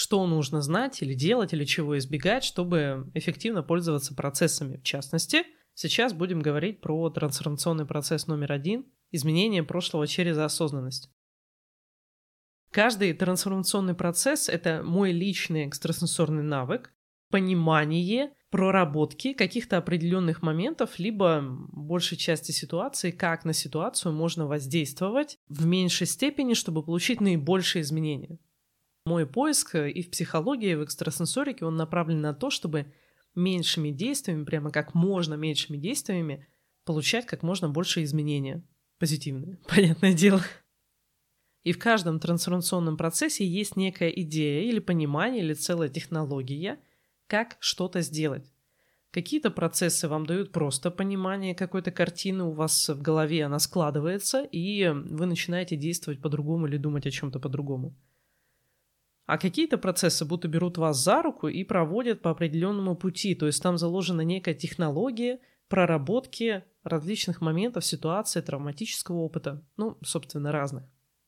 что нужно знать или делать, или чего избегать, чтобы эффективно пользоваться процессами. В частности, сейчас будем говорить про трансформационный процесс номер 1 – изменение прошлого через осознанность. Каждый трансформационный процесс – это мой личный экстрасенсорный навык, понимание, проработки каких-то определенных моментов, либо большей части ситуации, как на ситуацию можно воздействовать в меньшей степени, чтобы получить наибольшие изменения. Мой поиск и в психологии, и в экстрасенсорике, он направлен на то, чтобы меньшими действиями, прямо как можно меньшими действиями, получать как можно больше изменения. Позитивные, понятное дело. И в каждом трансформационном процессе есть некая идея или понимание, или целая технология, как что-то сделать. Какие-то процессы вам дают просто понимание какой-то картины, у вас в голове она складывается, и вы начинаете действовать по-другому или думать о чем-то по-другому. А какие-то процессы будто берут вас за руку и проводят по определенному пути, то есть там заложена некая технология проработки различных моментов, ситуаций, травматического опыта, собственно, разных.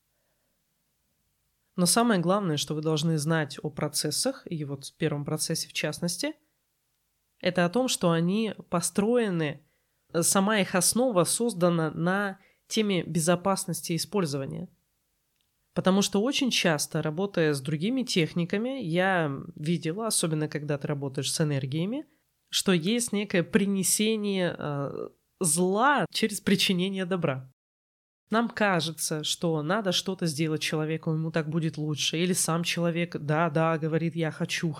Но самое главное, что вы должны знать о процессах, и вот в первом процессе в частности, это о том, что они построены, сама их основа создана на теме безопасности использования. Потому что очень часто, работая с другими техниками, я видела, особенно когда ты работаешь с энергиями, что есть некое принесение зла через причинение добра. Нам кажется, что надо что-то сделать человеку, ему так будет лучше. Или сам человек, да, говорит, я хочу.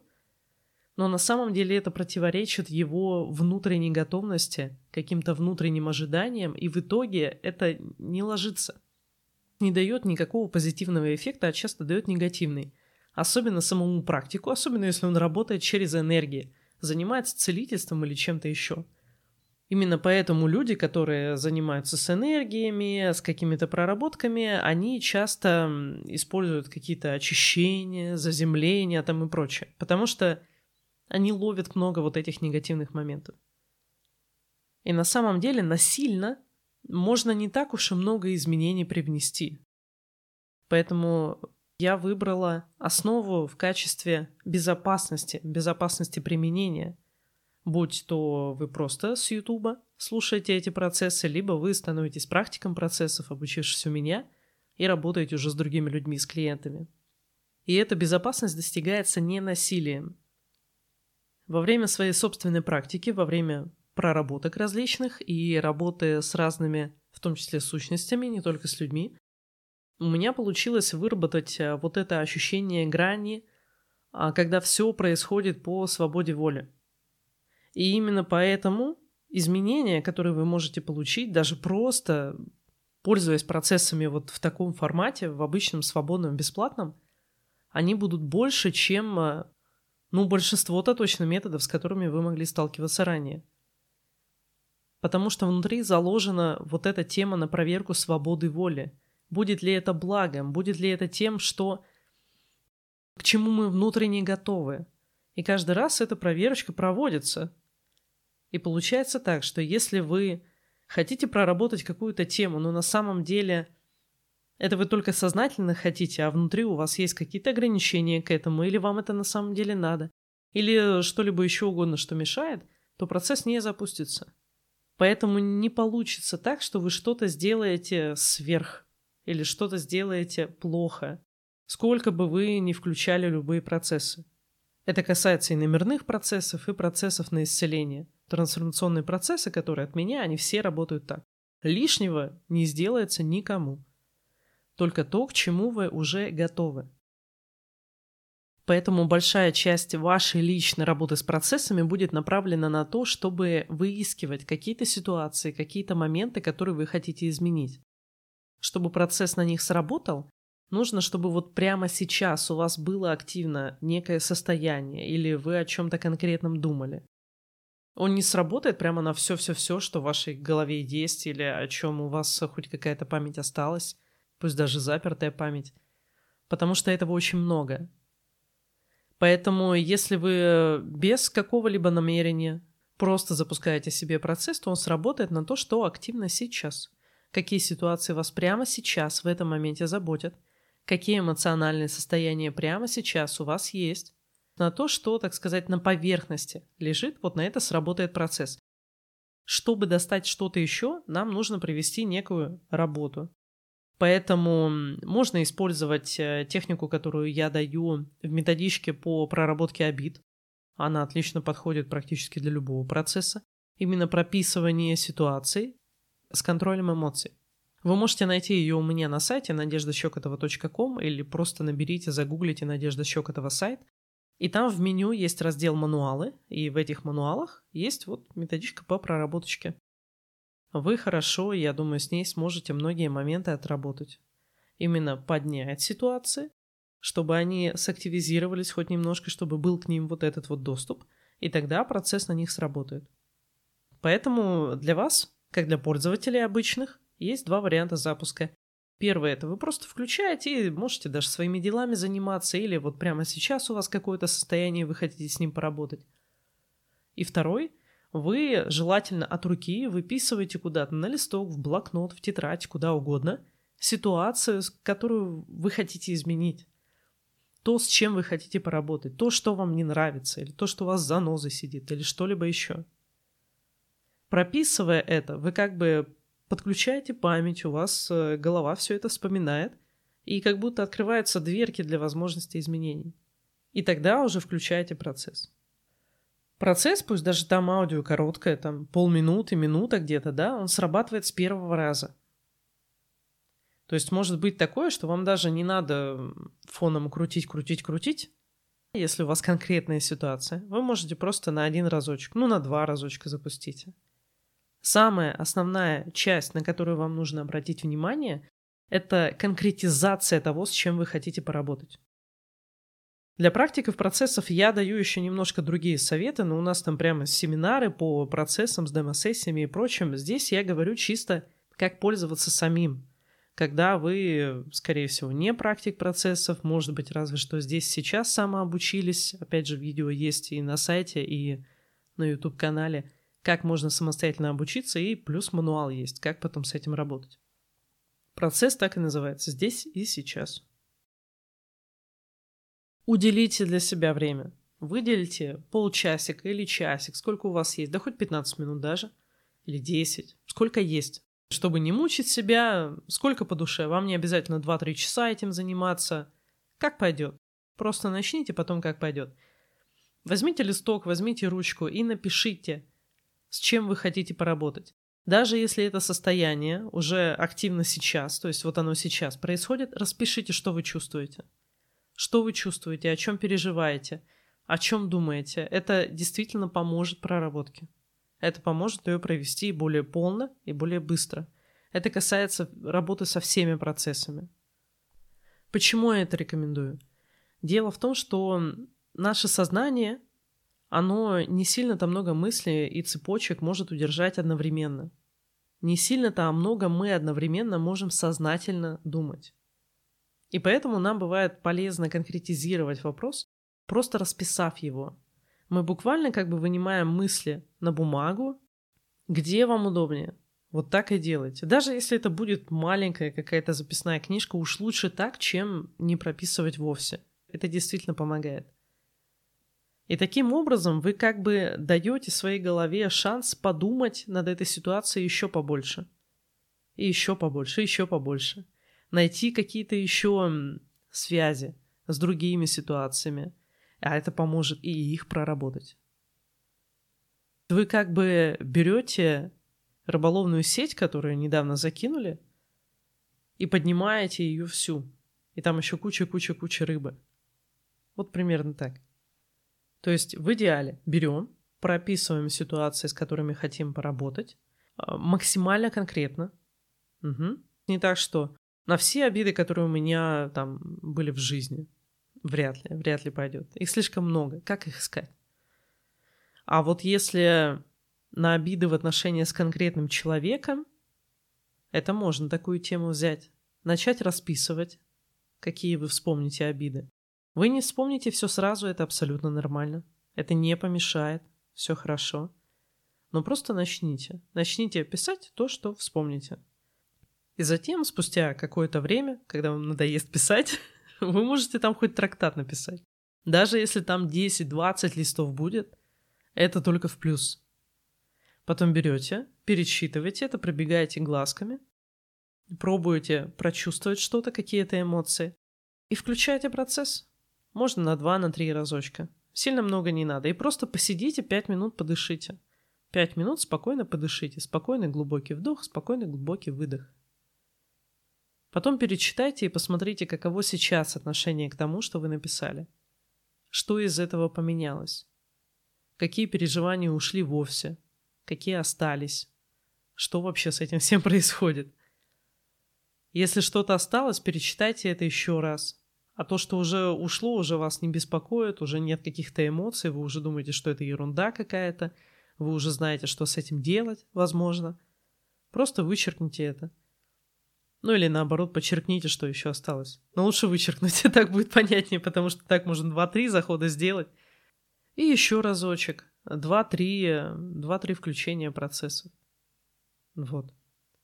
Но на самом деле это противоречит его внутренней готовности, каким-то внутренним ожиданиям, и в итоге это не ложится. Не дает никакого позитивного эффекта, а часто дает негативный. Особенно самому практику, особенно если он работает через энергии, занимается целительством или чем-то еще. Именно поэтому люди, которые занимаются с энергиями, с какими-то проработками, они часто используют какие-то очищения, заземления там и прочее. Потому что они ловят много вот этих негативных моментов. И на самом деле насильно можно не так уж и много изменений привнести. Поэтому я выбрала основу в качестве безопасности применения. Будь то вы просто с Ютуба слушаете эти процессы, либо вы становитесь практиком процессов, обучившись у меня, и работаете уже с другими людьми, с клиентами. И эта безопасность достигается не насилием. Во время своей собственной практики, во время проработок различных и работы с разными, в том числе сущностями, не только с людьми, у меня получилось выработать вот это ощущение грани, когда все происходит по свободе воли. И именно поэтому изменения, которые вы можете получить, даже просто пользуясь процессами вот в таком формате, в обычном, свободном, бесплатном, они будут больше, чем, большинство-то точно методов, с которыми вы могли сталкиваться ранее. Потому что внутри заложена вот эта тема на проверку свободы воли. Будет ли это благом, будет ли это тем, к чему мы внутренне готовы. И каждый раз эта проверочка проводится. И получается так, что если вы хотите проработать какую-то тему, но на самом деле это вы только сознательно хотите, а внутри у вас есть какие-то ограничения к этому, или вам это на самом деле надо, или что-либо еще угодно, что мешает, то процесс не запустится. Поэтому не получится так, что вы что-то сделаете сверх или что-то сделаете плохо, сколько бы вы ни включали любые процессы. Это касается и номерных процессов, и процессов на исцеление. Трансформационные процессы, которые от меня, они все работают так. Лишнего не сделается никому. Только то, к чему вы уже готовы. Поэтому большая часть вашей личной работы с процессами будет направлена на то, чтобы выискивать какие-то ситуации, какие-то моменты, которые вы хотите изменить. Чтобы процесс на них сработал, нужно, чтобы вот прямо сейчас у вас было активно некое состояние, или вы о чем-то конкретном думали. Он не сработает прямо на все-все-все, что в вашей голове есть, или о чем у вас хоть какая-то память осталась, пусть даже запертая память, потому что этого очень много. Поэтому если вы без какого-либо намерения просто запускаете себе процесс, то он сработает на то, что активно сейчас. Какие ситуации вас прямо сейчас, в этом моменте заботят, какие эмоциональные состояния прямо сейчас у вас есть, на то, что, так сказать, на поверхности лежит, вот на это сработает процесс. Чтобы достать что-то еще, нам нужно провести некую работу. Поэтому можно использовать технику, которую я даю в методичке по проработке обид. Она отлично подходит практически для любого процесса. Именно прописывание ситуаций с контролем эмоций. Вы можете найти ее у меня на сайте nadеждащекотова.com или просто наберите, загуглите Надежда Щекотова сайт. И там в меню есть раздел «Мануалы», и в этих мануалах есть вот методичка по проработочке. Вы хорошо, я думаю, с ней сможете многие моменты отработать. Именно поднять ситуации, чтобы они сактивизировались хоть немножко, чтобы был к ним вот этот вот доступ, и тогда процесс на них сработает. Поэтому для вас, как для пользователей обычных, есть два варианта запуска. Первый – это вы просто включаете и можете даже своими делами заниматься, или вот прямо сейчас у вас какое-то состояние, вы хотите с ним поработать. И второй – вы желательно от руки выписываете куда-то на листок, в блокнот, в тетрадь, куда угодно, ситуацию, которую вы хотите изменить. То, с чем вы хотите поработать, то, что вам не нравится, или то, что у вас заноза сидит, или что-либо еще. Прописывая это, вы как бы подключаете память, у вас голова все это вспоминает, и как будто открываются дверки для возможности изменений. И тогда уже включаете процесс. Процесс, пусть даже там аудио короткое, там полминуты, минута где-то, да, он срабатывает с первого раза. То есть может быть такое, что вам даже не надо фоном крутить. Если у вас конкретная ситуация, вы можете просто на один разочек, на 2 разочка запустите. Самая основная часть, на которую вам нужно обратить внимание, это конкретизация того, с чем вы хотите поработать. Для практиков процессов я даю еще немножко другие советы, но у нас там прямо семинары по процессам с демо-сессиями и прочим. Здесь я говорю чисто, как пользоваться самим. Когда вы, скорее всего, не практик процессов, может быть, разве что здесь сейчас самообучились. Опять же, видео есть и на сайте, и на YouTube-канале. Как можно самостоятельно обучиться, и плюс мануал есть, как потом с этим работать. Процесс так и называется «Здесь и сейчас». Уделите для себя время. Выделите полчасика или часик, сколько у вас есть, да хоть 15 минут даже, или 10, сколько есть. Чтобы не мучить себя, сколько по душе. Вам не обязательно 2-3 часа этим заниматься. Как пойдет. Просто начните, потом как пойдет. Возьмите листок, возьмите ручку и напишите, с чем вы хотите поработать. Даже если это состояние уже активно сейчас, то есть вот оно сейчас происходит, распишите, что вы чувствуете. Что вы чувствуете, о чем переживаете, о чем думаете. Это действительно поможет проработке. Это поможет ее провести более полно и более быстро. Это касается работы со всеми процессами. Почему я это рекомендую? Дело в том, что наше сознание, оно не сильно-то много мыслей и цепочек может удержать одновременно. Не сильно-то, а много мы одновременно можем сознательно думать. И поэтому нам бывает полезно конкретизировать вопрос, просто расписав его. Мы буквально как бы вынимаем мысли на бумагу, где вам удобнее. Вот так и делайте. Даже если это будет маленькая какая-то записная книжка, уж лучше так, чем не прописывать вовсе. Это действительно помогает. И таким образом вы как бы даете своей голове шанс подумать над этой ситуацией еще побольше. И еще побольше, и еще побольше. Найти какие-то еще связи с другими ситуациями. А это поможет и их проработать. Вы как бы берете рыболовную сеть, которую недавно закинули, и поднимаете ее всю. И там еще куча рыбы. Вот примерно так. То есть в идеале берем, прописываем ситуации, с которыми хотим поработать, максимально конкретно. Не так, что на все обиды, которые у меня там были в жизни, вряд ли пойдет. Их слишком много. Как их искать? А вот если на обиды в отношении с конкретным человеком, это можно такую тему взять. Начать расписывать, какие вы вспомните обиды. Вы не вспомните все сразу, это абсолютно нормально. Это не помешает, все хорошо. Но просто начните. Начните писать то, что вспомните. И затем, спустя какое-то время, когда вам надоест писать, вы можете там хоть трактат написать. Даже если там 10-20 листов будет, это только в плюс. Потом берете, перечитываете это, пробегаете глазками, пробуете прочувствовать что-то, какие-то эмоции, и включаете процесс. Можно на 2-3 разочка. Сильно много не надо. И просто посидите 5 минут, подышите. 5 минут спокойно подышите. Спокойный глубокий вдох, спокойный глубокий выдох. Потом перечитайте и посмотрите, каково сейчас отношение к тому, что вы написали. Что из этого поменялось? Какие переживания ушли вовсе? Какие остались? Что вообще с этим всем происходит? Если что-то осталось, перечитайте это еще раз. А то, что уже ушло, уже вас не беспокоит, уже нет каких-то эмоций, вы уже думаете, что это ерунда какая-то, вы уже знаете, что с этим делать, возможно. Просто вычеркните это. Ну или наоборот, подчеркните, что еще осталось. Но лучше вычеркнуть, так будет понятнее, потому что так можно 2-3 захода сделать. И еще разочек. 2-3 включения процесса. Вот.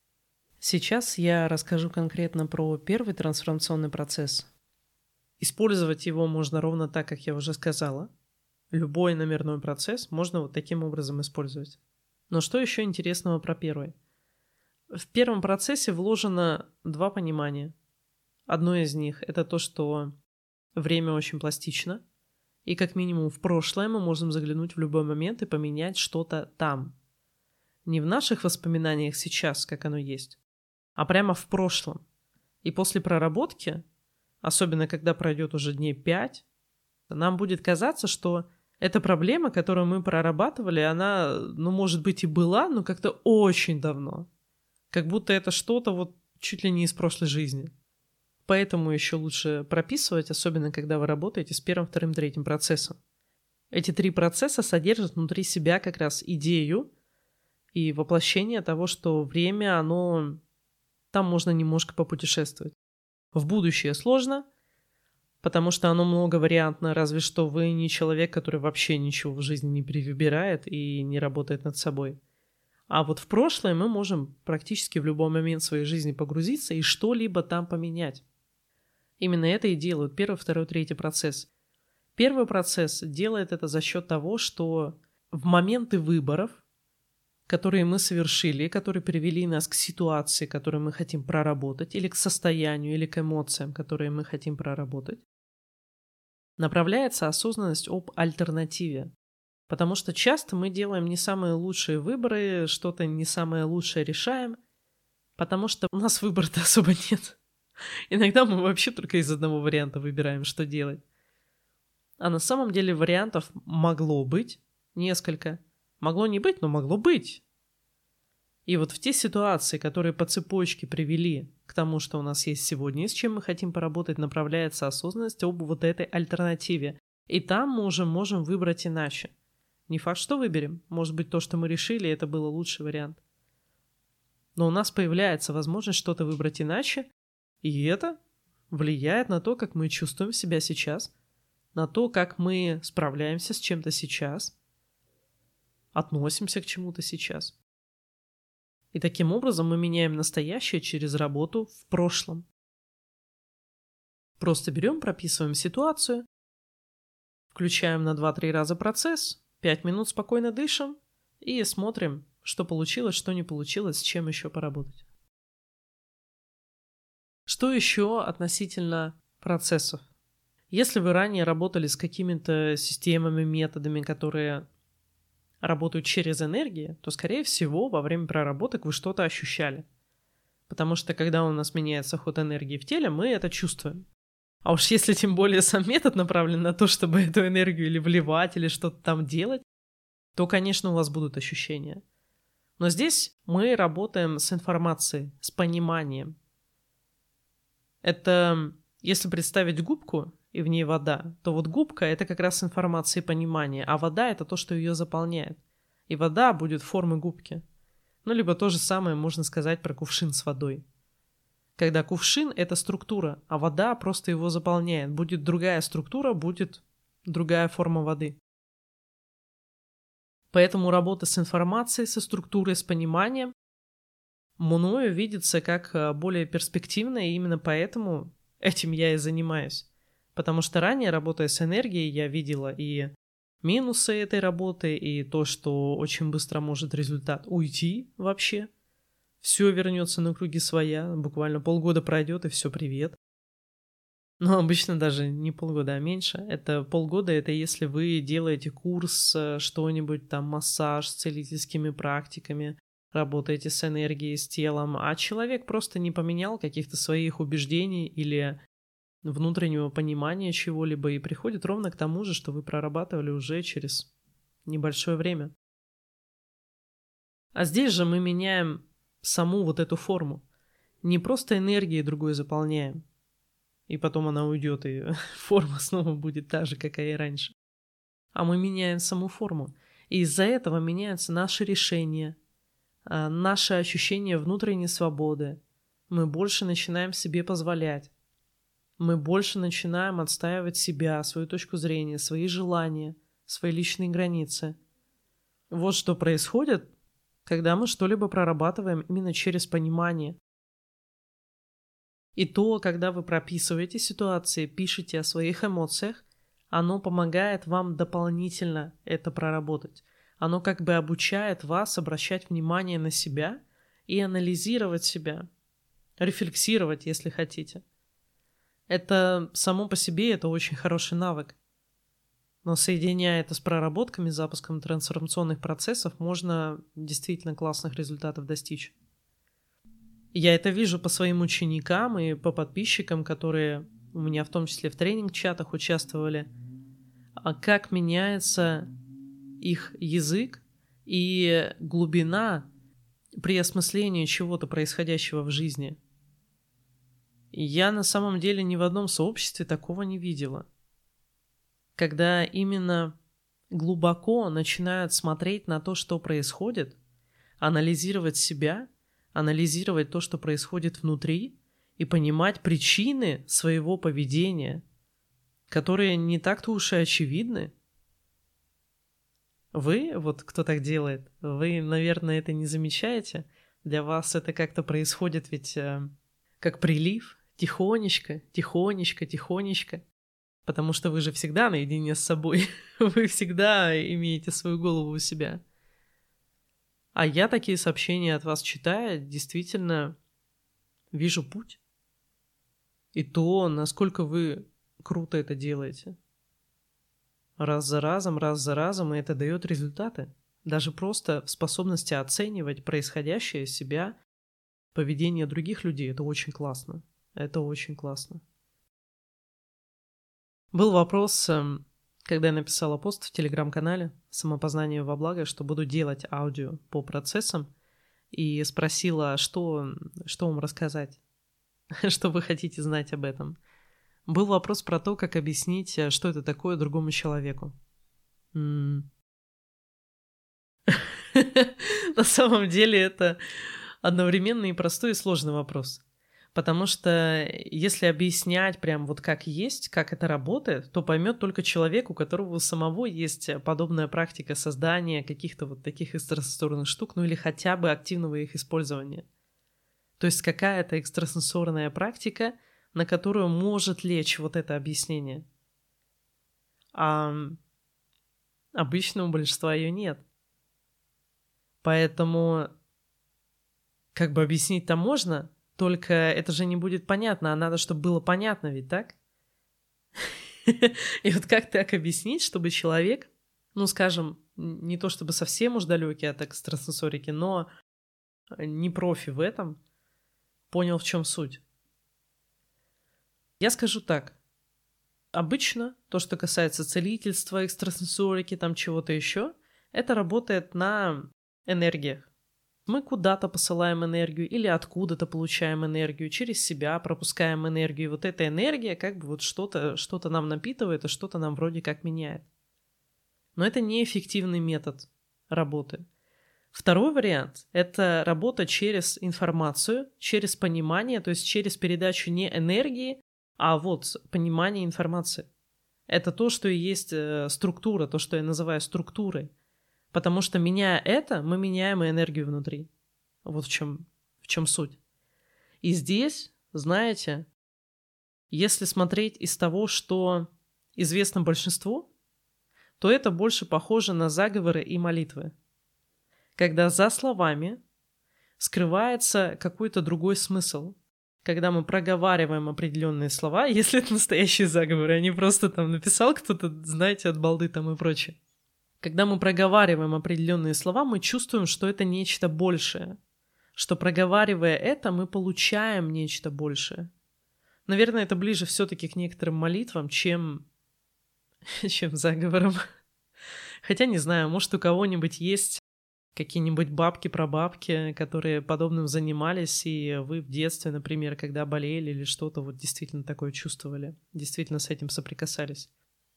Сейчас я расскажу конкретно про первый трансформационный процесс. Использовать его можно ровно так, как я уже сказала. Любой номерной процесс можно вот таким образом использовать. Но что еще интересного про первый? В первом процессе вложено 2 понимания. Одно из них – это то, что время очень пластично, и как минимум в прошлое мы можем заглянуть в любой момент и поменять что-то там. Не в наших воспоминаниях сейчас, как оно есть, а прямо в прошлом. И после проработки, особенно когда пройдет уже дней 5, нам будет казаться, что эта проблема, которую мы прорабатывали, она, может быть и была, но как-то очень давно. Как будто это что-то вот чуть ли не из прошлой жизни. Поэтому еще лучше прописывать, особенно когда вы работаете с первым, вторым, третьим процессом. Эти 3 процесса содержат внутри себя как раз идею и воплощение того, что время, там можно немножко попутешествовать. В будущее сложно, потому что оно многовариантно, разве что вы не человек, который вообще ничего в жизни не перевыбирает и не работает над собой. А вот в прошлое мы можем практически в любой момент своей жизни погрузиться и что-либо там поменять. Именно это и делают первый, второй, третий процесс. Первый процесс делает это за счет того, что в моменты выборов, которые мы совершили, которые привели нас к ситуации, которую мы хотим проработать, или к состоянию, или к эмоциям, которые мы хотим проработать, направляется осознанность об альтернативе. Потому что часто мы делаем не самые лучшие выборы, что-то не самое лучшее решаем, потому что у нас выбора-то особо нет. Иногда мы вообще только из одного варианта выбираем, что делать. А на самом деле вариантов могло быть несколько. Могло не быть, но могло быть. И вот в те ситуации, которые по цепочке привели к тому, что у нас есть сегодня, и с чем мы хотим поработать, направляется осознанность об вот этой альтернативе. И там мы уже можем выбрать иначе. Не факт, что выберем. Может быть, то, что мы решили, это был лучший вариант. Но у нас появляется возможность что-то выбрать иначе, и это влияет на то, как мы чувствуем себя сейчас, на то, как мы справляемся с чем-то сейчас, относимся к чему-то сейчас. И таким образом мы меняем настоящее через работу в прошлом. Просто берем, прописываем ситуацию, включаем на 2-3 раза процесс, 5 минут спокойно дышим и смотрим, что получилось, что не получилось, с чем еще поработать. Что еще относительно процессов? Если вы ранее работали с какими-то системами, методами, которые работают через энергию, то, скорее всего, во время проработок вы что-то ощущали. Потому что, когда у нас меняется ход энергии в теле, мы это чувствуем. А уж если тем более сам метод направлен на то, чтобы эту энергию или вливать, или что-то там делать, то, конечно, у вас будут ощущения. Но здесь мы работаем с информацией, с пониманием. Это, если представить губку, и в ней вода, то вот губка — это как раз информация и понимание, а вода — это то, что ее заполняет. И вода будет формы губки. Либо то же самое можно сказать про кувшин с водой. Когда кувшин — это структура, а вода просто его заполняет. Будет другая структура, будет другая форма воды. Поэтому работа с информацией, со структурой, с пониманием мною видится как более перспективное, и именно поэтому этим я и занимаюсь. Потому что ранее, работая с энергией, я видела и минусы этой работы, и то, что очень быстро может результат уйти вообще. Все вернется на круги своя, буквально полгода пройдет, и все, привет. Но обычно даже не полгода, а меньше. Это полгода, это если вы делаете курс, что-нибудь там, массаж с целительскими практиками, работаете с энергией, с телом, а человек просто не поменял каких-то своих убеждений или внутреннего понимания чего-либо и приходит ровно к тому же, что вы прорабатывали уже через небольшое время. А здесь же мы меняем саму вот эту форму. Не просто энергией другой заполняем, и потом она уйдет, и форма снова будет та же, какая и раньше. А мы меняем саму форму. И из-за этого меняются наши решения, наше ощущение внутренней свободы. Мы больше начинаем себе позволять. Мы больше начинаем отстаивать себя, свою точку зрения, свои желания, свои личные границы. Вот что происходит, когда мы что-либо прорабатываем именно через понимание. И то, когда вы прописываете ситуации, пишете о своих эмоциях, оно помогает вам дополнительно это проработать. Оно как бы обучает вас обращать внимание на себя и анализировать себя, рефлексировать, если хотите. Это само по себе это очень хороший навык. Но соединяя это с проработками, запуском трансформационных процессов, можно действительно классных результатов достичь. Я это вижу по своим ученикам и по подписчикам, которые у меня в том числе в тренинг-чатах участвовали. Как меняется их язык и глубина при осмыслении чего-то происходящего в жизни. Я на самом деле ни в одном сообществе такого не видела. Когда именно глубоко начинают смотреть на то, что происходит, анализировать себя, анализировать то, что происходит внутри, и понимать причины своего поведения, которые не так-то уж и очевидны. Вы, вот кто так делает, вы, наверное, это не замечаете. Для вас это как-то происходит ведь как прилив, тихонечко, тихонечко, тихонечко. Потому что вы же всегда наедине с собой. Вы всегда имеете свою голову у себя. А я такие сообщения от вас читая, действительно вижу путь. И то, насколько вы круто это делаете. Раз за разом, и это дает результаты. Даже просто в способности оценивать происходящее, себя, поведение других людей. Это очень классно. Это очень классно. Был вопрос, когда я написала пост в телеграм-канале «Самопознание во благо», что буду делать аудио по процессам, и спросила, что вам рассказать, что вы хотите знать об этом. Был вопрос про то, как объяснить, что это такое другому человеку. На самом деле это одновременно и простой, и сложный вопрос. Потому что если объяснять прям вот как есть, как это работает, то поймет только человек, у которого у самого есть подобная практика создания каких-то вот таких экстрасенсорных штук, ну или хотя бы активного их использования. То есть какая-то экстрасенсорная практика, на которую может лечь вот это объяснение. А обычно у большинства ее нет. Поэтому как бы объяснить-то можно, только это же не будет понятно, а надо, чтобы было понятно, ведь так? И вот как так объяснить, чтобы человек, ну, скажем, не то чтобы совсем уж далекий от экстрасенсорики, но не профи в этом, понял, в чем суть? Я скажу так. Обычно то, что касается целительства, экстрасенсорики, там чего-то еще, это работает на энергиях. Мы куда-то посылаем энергию или откуда-то получаем энергию, через себя пропускаем энергию. И вот эта энергия как бы вот что-то нам напитывает, а что-то нам вроде как меняет. Но это неэффективный метод работы. Второй вариант – это работа через информацию, через понимание, то есть через передачу не энергии, а вот понимание информации. Это то, что и есть структура, то, что я называю структурой. Потому что меняя это, мы меняем и энергию внутри. Вот в чем чем суть. И здесь, знаете, если смотреть из того, что известно большинству, то это больше похоже на заговоры и молитвы. Когда за словами скрывается какой-то другой смысл. Когда мы проговариваем определенные слова, если это настоящие заговоры, а не просто там написал кто-то, знаете, от балды там и прочее. Когда мы проговариваем определенные слова, мы чувствуем, что это нечто большее. Что проговаривая это, мы получаем нечто большее. Наверное, это ближе все-таки к некоторым молитвам, чем заговорам. Хотя не знаю, может у кого-нибудь есть какие-нибудь бабки-прабабки, которые подобным занимались, и вы в детстве, например, когда болели или что-то, вот действительно такое чувствовали, действительно с этим соприкасались.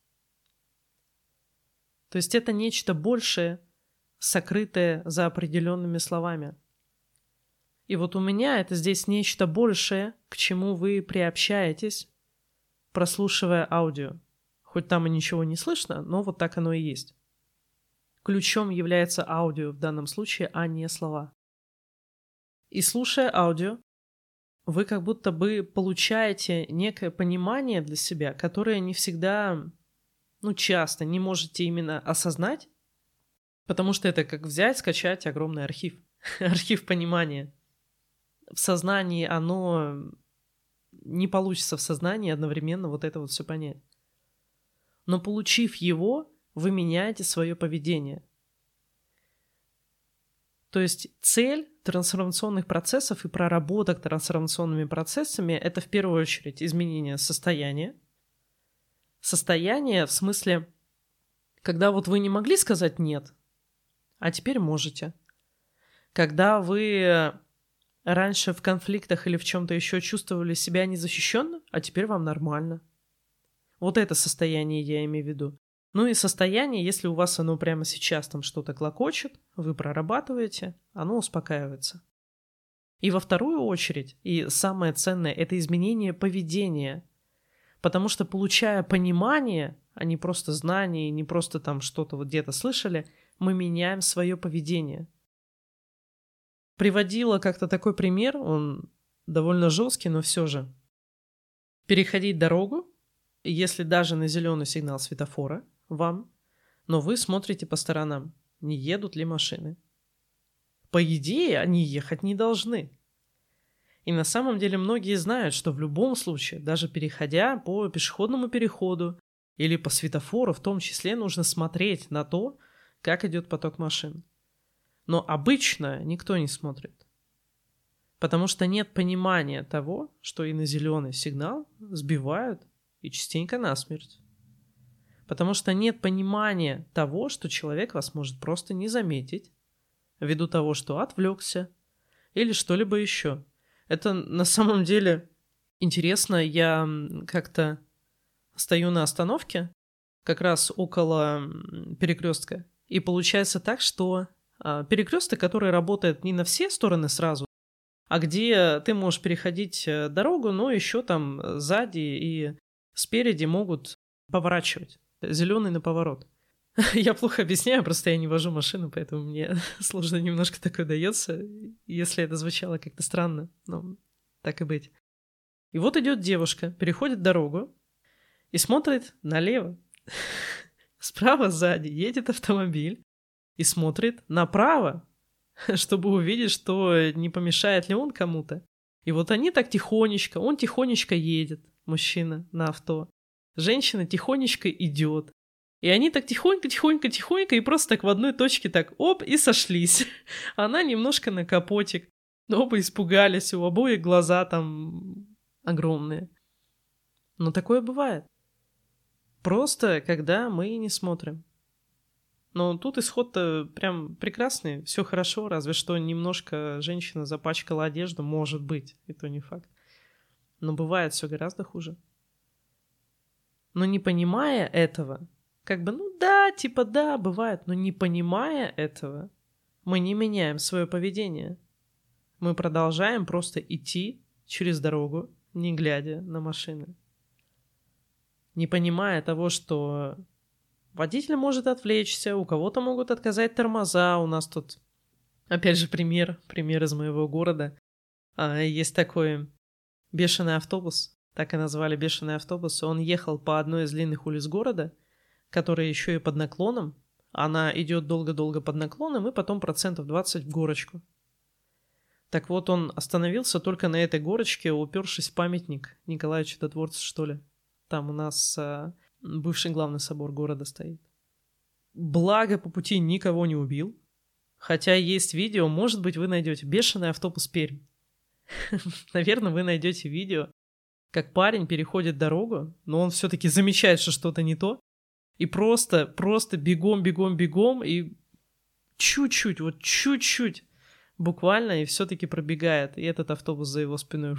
То есть это нечто большее, сокрытое за определенными словами. И вот у меня это здесь нечто большее, к чему вы приобщаетесь, прослушивая аудио. Хоть там и ничего не слышно, но вот так оно и есть. Ключом является аудио в данном случае, а не слова. И слушая аудио, вы как будто бы получаете некое понимание для себя, которое не всегда, часто не можете именно осознать, потому что это как взять, скачать огромный архив. Архив понимания. В сознании оно не получится в сознании одновременно вот это вот все понять. Но получив его, вы меняете свое поведение. То есть цель трансформационных процессов и проработок трансформационными процессами — это в первую очередь изменение состояния. Состояние в смысле, когда вот вы не могли сказать «нет», а теперь можете. Когда вы раньше в конфликтах или в чем-то еще чувствовали себя незащищенно, а теперь вам нормально. Вот это состояние я имею в виду. Ну и состояние, если у вас оно прямо сейчас там что-то клокочет, вы прорабатываете, оно успокаивается. И во вторую очередь, и самое ценное, это изменение поведения. Потому что, получая понимание, а не просто знание, не просто там что-то вот где-то слышали, мы меняем свое поведение. Приводила как-то такой пример, он довольно жесткий, но все же. Переходить дорогу, если даже на зеленый сигнал светофора, вам, но вы смотрите по сторонам, не едут ли машины. По идее, они ехать не должны. И на самом деле многие знают, что в любом случае, даже переходя по пешеходному переходу или по светофору, в том числе нужно смотреть на то, как идет поток машин. Но обычно никто не смотрит. Потому что нет понимания того, что и на зеленый сигнал сбивают и частенько насмерть. Потому что нет понимания того, что человек вас может просто не заметить, ввиду того, что отвлекся или что-либо еще. Это на самом деле интересно. Я как-то стою на остановке, как раз около перекрестка, и получается так, что перекресток, который работает не на все стороны сразу, а где ты можешь переходить дорогу, но еще там сзади и спереди могут поворачивать. Зеленый на поворот. Я плохо объясняю, просто я не вожу машину, поэтому мне сложно немножко такое дается, если это звучало как-то странно, но так и быть. И вот идет девушка, переходит дорогу и смотрит налево. Справа сзади едет автомобиль и смотрит направо, чтобы увидеть, что не помешает ли он кому-то. И вот они так тихонечко, он тихонечко едет, мужчина, на авто. Женщина тихонечко идет. И они так тихонько, и просто так в одной точке так оп, и сошлись. Она немножко на капотик. Оба испугались, у обоих глаза там огромные. Но такое бывает. Просто когда мы не смотрим. Но тут исход-то прям прекрасный, все хорошо, разве что немножко женщина запачкала одежду, может быть, и то не факт. Но бывает все гораздо хуже. Но не понимая этого, да, бывает, но не понимая этого, мы не меняем свое поведение. Мы продолжаем просто идти через дорогу, не глядя на машины. Не понимая того, что водитель может отвлечься, у кого-то могут отказать тормоза. У нас тут, опять же, пример из моего города. Есть такой бешеный автобус, так и назвали бешеный автобус. Он ехал по одной из длинных улиц города, которая еще и под наклоном. Она идет долго-долго под наклоном и потом 20% в горочку. Так вот, он остановился только на этой горочке, упершись в памятник Николаю Чудотворцу, что ли. Там у нас бывший главный собор города стоит. Благо, по пути никого не убил. Хотя есть видео, может быть, вы найдете «Бешеный автобус Пермь». Наверное, вы найдете видео, как парень переходит дорогу, но он все-таки замечает, что что-то не то, и просто бегом, и чуть-чуть, буквально, и все-таки пробегает, и этот автобус за его спиной.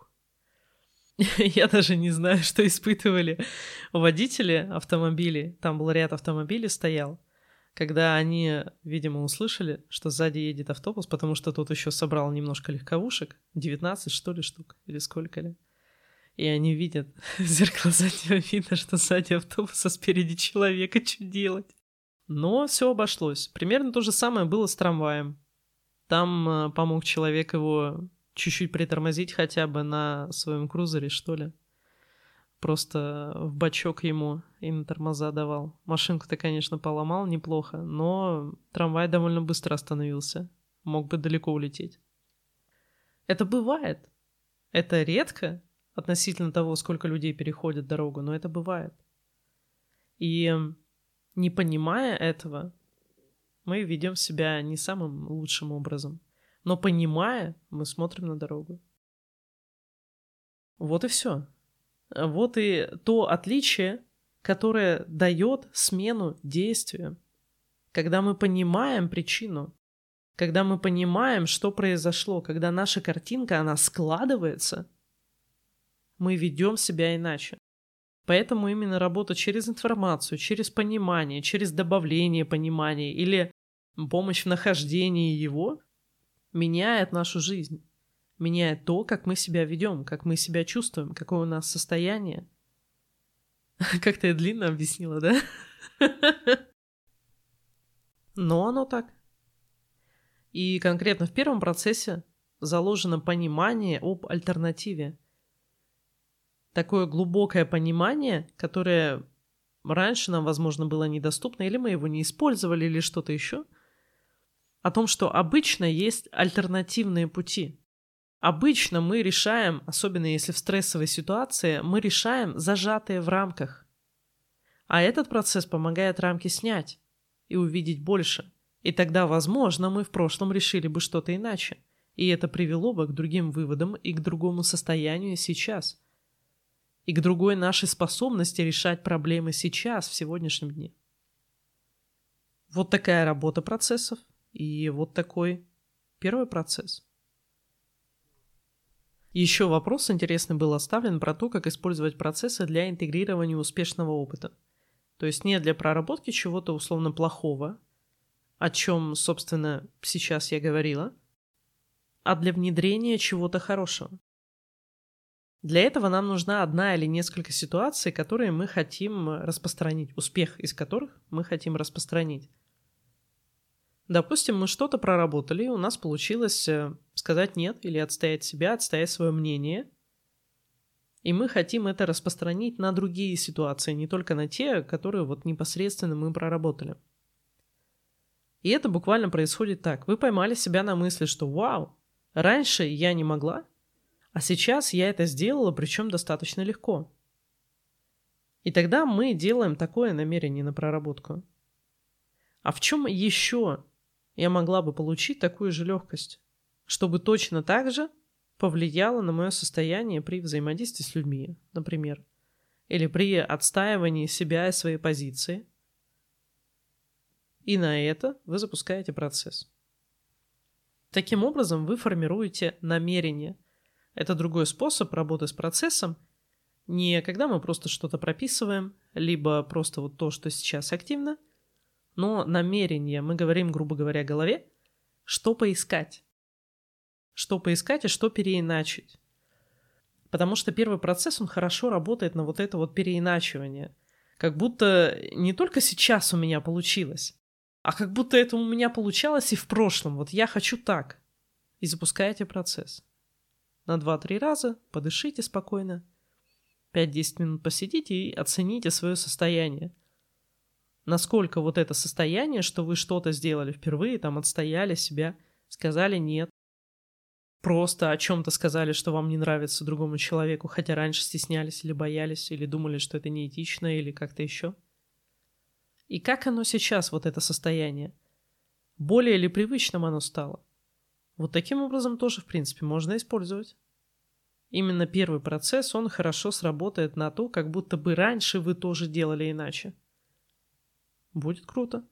Я даже не знаю, что испытывали водители автомобилей. Там был ряд автомобилей стоял, когда они, видимо, услышали, что сзади едет автобус, потому что тот еще собрал немножко легковушек, 19, что ли, штук, или сколько ли. И они видят в зеркало заднего вида, что сзади автобуса, спереди человека, что делать? Но все обошлось. Примерно то же самое было с трамваем. Там помог человек его чуть-чуть притормозить хотя бы на своем крузере, что ли. Просто в бачок ему и на тормоза давал. Машинку-то, конечно, поломал неплохо, но трамвай довольно быстро остановился. Мог бы далеко улететь. Это бывает. Это редко относительно того, сколько людей переходят дорогу, но это бывает. И не понимая этого, мы ведем себя не самым лучшим образом. Но понимая, мы смотрим на дорогу. Вот и все. Вот и то отличие, которое дает смену действия. Когда мы понимаем причину, когда мы понимаем, что произошло, когда наша картинка, она складывается, мы ведем себя иначе. Поэтому именно работа через информацию, через понимание, через добавление понимания или помощь в нахождении его меняет нашу жизнь. Меняет то, как мы себя ведем, как мы себя чувствуем, какое у нас состояние. Как-то я длинно объяснила, да? Но оно так. И конкретно в первом процессе заложено понимание об альтернативе. Такое глубокое понимание, которое раньше нам, возможно, было недоступно, или мы его не использовали, или что-то еще, о том, что обычно есть альтернативные пути. Обычно мы решаем, особенно если в стрессовой ситуации, мы решаем зажатые в рамках. А этот процесс помогает рамки снять и увидеть больше. И тогда, возможно, мы в прошлом решили бы что-то иначе. И это привело бы к другим выводам и к другому состоянию сейчас. И к другой нашей способности решать проблемы сейчас, в сегодняшнем дне. Вот такая работа процессов. И вот такой первый процесс. Еще вопрос интересный был оставлен про то, как использовать процессы для интегрирования успешного опыта. То есть не для проработки чего-то условно плохого, о чем, собственно, сейчас я говорила, а для внедрения чего-то хорошего. Для этого нам нужна одна или несколько ситуаций, которые мы хотим распространить, успех из которых мы хотим распространить. Допустим, мы что-то проработали, и у нас получилось сказать «нет» или отстоять себя, отстоять свое мнение. И мы хотим это распространить на другие ситуации, не только на те, которые вот непосредственно мы проработали. И это буквально происходит так. Вы поймали себя на мысли, что «Вау, раньше я не могла, а сейчас я это сделала, причем достаточно легко». И тогда мы делаем такое намерение на проработку. А в чем еще я могла бы получить такую же легкость, чтобы точно так же повлияло на мое состояние при взаимодействии с людьми, например, или при отстаивании себя и своей позиции. И на это вы запускаете процесс. Таким образом, вы формируете намерение. Это другой способ работы с процессом, не когда мы просто что-то прописываем, либо просто вот то, что сейчас активно, но намерение, мы говорим, грубо говоря, голове, что поискать. Что поискать и что переиначить. Потому что первый процесс, он хорошо работает на вот это вот переиначивание. Как будто не только сейчас у меня получилось, а как будто это у меня получалось и в прошлом. Вот я хочу так. И запускаете процесс. на 2-3 раза, подышите спокойно, 5-10 минут посидите и оцените свое состояние. Насколько вот это состояние, что вы что-то сделали впервые, там отстояли себя, сказали нет, просто о чем-то сказали, что вам не нравится другому человеку, хотя раньше стеснялись или боялись, или думали, что это неэтично, или как-то еще. И как оно сейчас, вот это состояние? Более ли привычным оно стало? Вот таким образом тоже, в принципе, можно использовать. Именно первый процесс, он хорошо сработает на то, как будто бы раньше вы тоже делали иначе. Будет круто.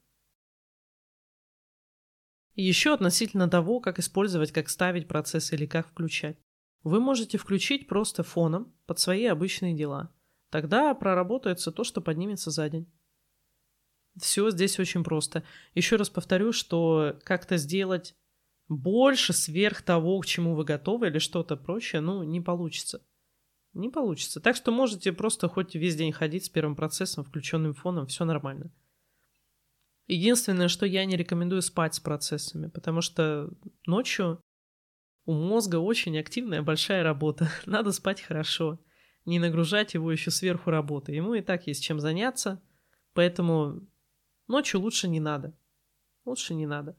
И еще относительно того, как использовать, как ставить процессы или как включать. Вы можете включить просто фоном под свои обычные дела. Тогда проработается то, что поднимется за день. Все здесь очень просто. Еще раз повторю, что как-то сделать больше сверх того, к чему вы готовы или что-то прочее, не получится. Не получится. Так что можете просто хоть весь день ходить с первым процессом, включенным фоном, все нормально. Единственное, что я не рекомендую спать с процессами, потому что ночью у мозга очень активная большая работа. Надо спать хорошо, не нагружать его еще сверху работы. Ему и так есть чем заняться, поэтому ночью лучше не надо. Лучше не надо.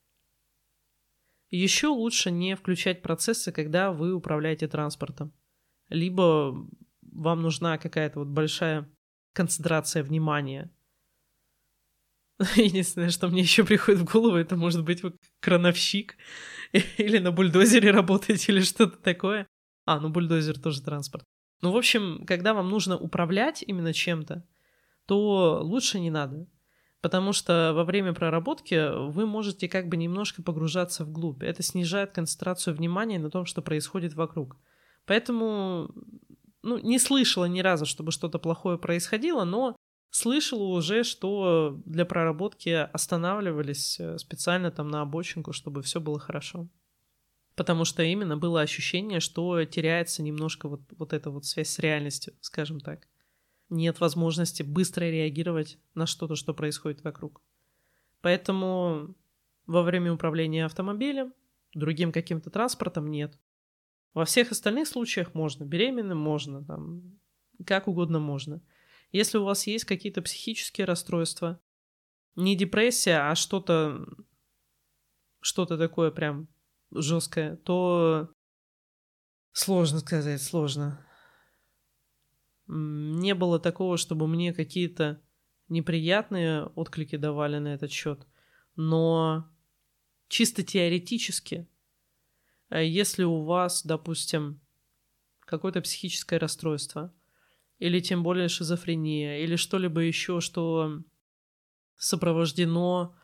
Еще лучше не включать процессы, когда вы управляете транспортом. Либо вам нужна какая-то вот большая концентрация внимания. Единственное, что мне еще приходит в голову, это может быть вы крановщик или на бульдозере работаете или что-то такое. Бульдозер тоже транспорт. В общем, когда вам нужно управлять именно чем-то, то лучше не надо. Потому что во время проработки вы можете как бы немножко погружаться вглубь. Это снижает концентрацию внимания на том, что происходит вокруг. Поэтому, не слышала ни разу, чтобы что-то плохое происходило, но слышала уже, что для проработки останавливались специально там на обочинку, чтобы все было хорошо. Потому что именно было ощущение, что теряется немножко вот эта вот связь с реальностью, скажем так. Нет возможности быстро реагировать на что-то, что происходит вокруг. Поэтому во время управления автомобилем, другим каким-то транспортом нет. Во всех остальных случаях можно. Беременным можно, там, как угодно можно. Если у вас есть какие-то психические расстройства, не депрессия, а что-то такое прям жесткое, то сложно сказать, сложно. Не было такого, чтобы мне какие-то неприятные отклики давали на этот счет. Но чисто теоретически, если у вас, допустим, какое-то психическое расстройство, или тем более шизофрения, или что-либо еще, что сопровождено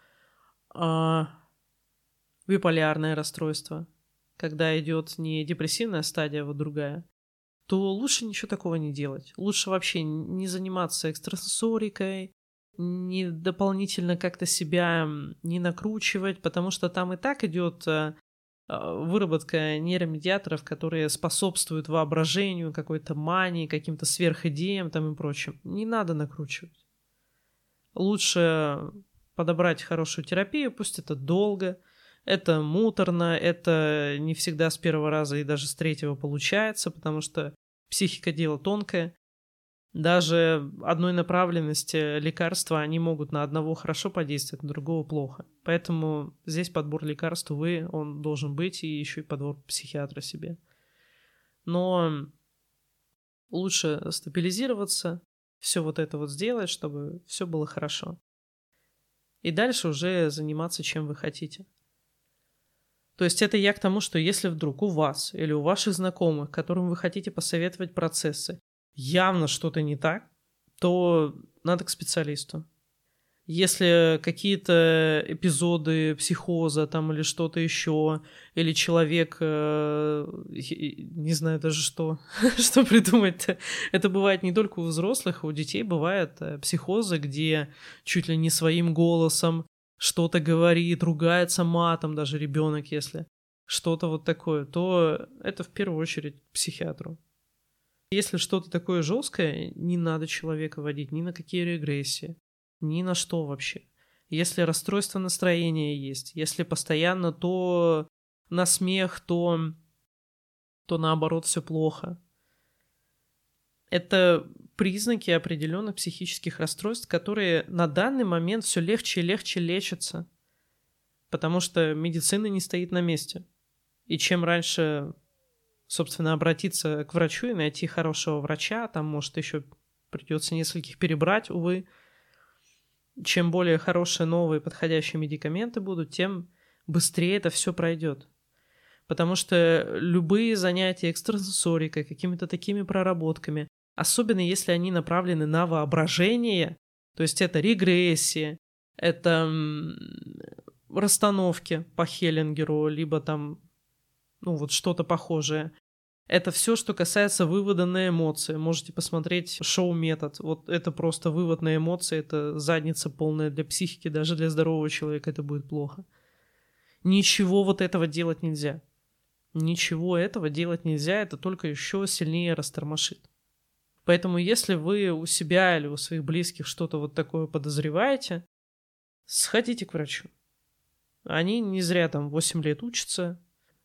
биполярное расстройство, когда идет не депрессивная стадия, а вот другая, то лучше ничего такого не делать. Лучше вообще не заниматься экстрасенсорикой, не дополнительно как-то себя не накручивать, потому что там и так идет выработка нейромедиаторов, которые способствуют воображению, какой-то мании, каким-то сверхидеям там и прочим. Не надо накручивать. Лучше подобрать хорошую терапию, пусть это долго, это муторно, это не всегда с первого раза и даже с третьего получается, потому что психика дело тонкое. Даже одной направленности лекарства, они могут на одного хорошо подействовать, на другого плохо. Поэтому здесь подбор лекарств, увы, он должен быть, и еще и подбор психиатра себе. Но лучше стабилизироваться, все вот это вот сделать, чтобы все было хорошо. И дальше уже заниматься, чем вы хотите. То есть это я к тому, что если вдруг у вас или у ваших знакомых, которым вы хотите посоветовать процессы, явно что-то не так, то надо к специалисту. Если какие-то эпизоды психоза там или что-то еще, или человек, не знаю даже что придумать-то. Это бывает не только у взрослых, у детей бывают психозы, где чуть ли не своим голосом что-то говорит, ругается матом, даже ребенок, если что-то вот такое, то это в первую очередь к психиатру. Если что-то такое жесткое, не надо человека водить ни на какие регрессии, ни на что вообще. Если расстройство настроения есть, если постоянно то на смех, то то наоборот все плохо. Это признаки определенных психических расстройств, которые на данный момент все легче и легче лечатся, потому что медицина не стоит на месте. И чем раньше, собственно, обратиться к врачу и найти хорошего врача, там, может, еще придется нескольких перебрать, увы, чем более хорошие новые подходящие медикаменты будут, тем быстрее это все пройдет. Потому что любые занятия экстрасенсорикой, какими-то такими проработками, особенно если они направлены на воображение, то есть это регрессия, это расстановки по Хеллингеру, либо там, вот что-то похожее. Это все, что касается вывода на эмоции. Можете посмотреть шоу-метод. Вот это просто вывод на эмоции, это задница полная для психики, даже для здорового человека это будет плохо. Ничего вот этого делать нельзя. Ничего этого делать нельзя, это только еще сильнее растормошит. Поэтому если вы у себя или у своих близких что-то вот такое подозреваете, сходите к врачу. Они не зря там 8 лет учатся.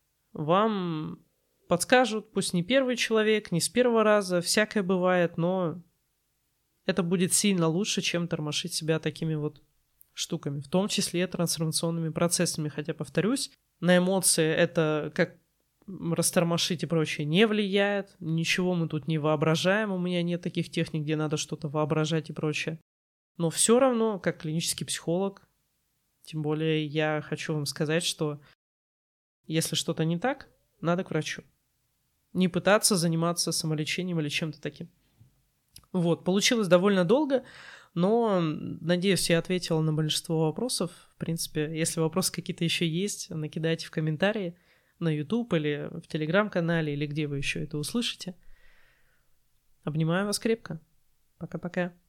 Вам подскажут, пусть не первый человек, не с первого раза, всякое бывает, но это будет сильно лучше, чем тормошить себя такими вот штуками, в том числе трансформационными процессами. Хотя, повторюсь, на эмоции это как растормошить и прочее не влияет, ничего мы тут не воображаем, у меня нет таких техник, где надо что-то воображать и прочее. Но все равно, как клинический психолог, тем более я хочу вам сказать, что если что-то не так, надо к врачу. Не пытаться заниматься самолечением или чем-то таким. Вот, получилось довольно долго, но, надеюсь, я ответила на большинство вопросов. В принципе, если вопросы какие-то еще есть, накидайте в комментарии на YouTube или в Telegram-канале, или где вы еще это услышите. Обнимаю вас крепко. Пока-пока.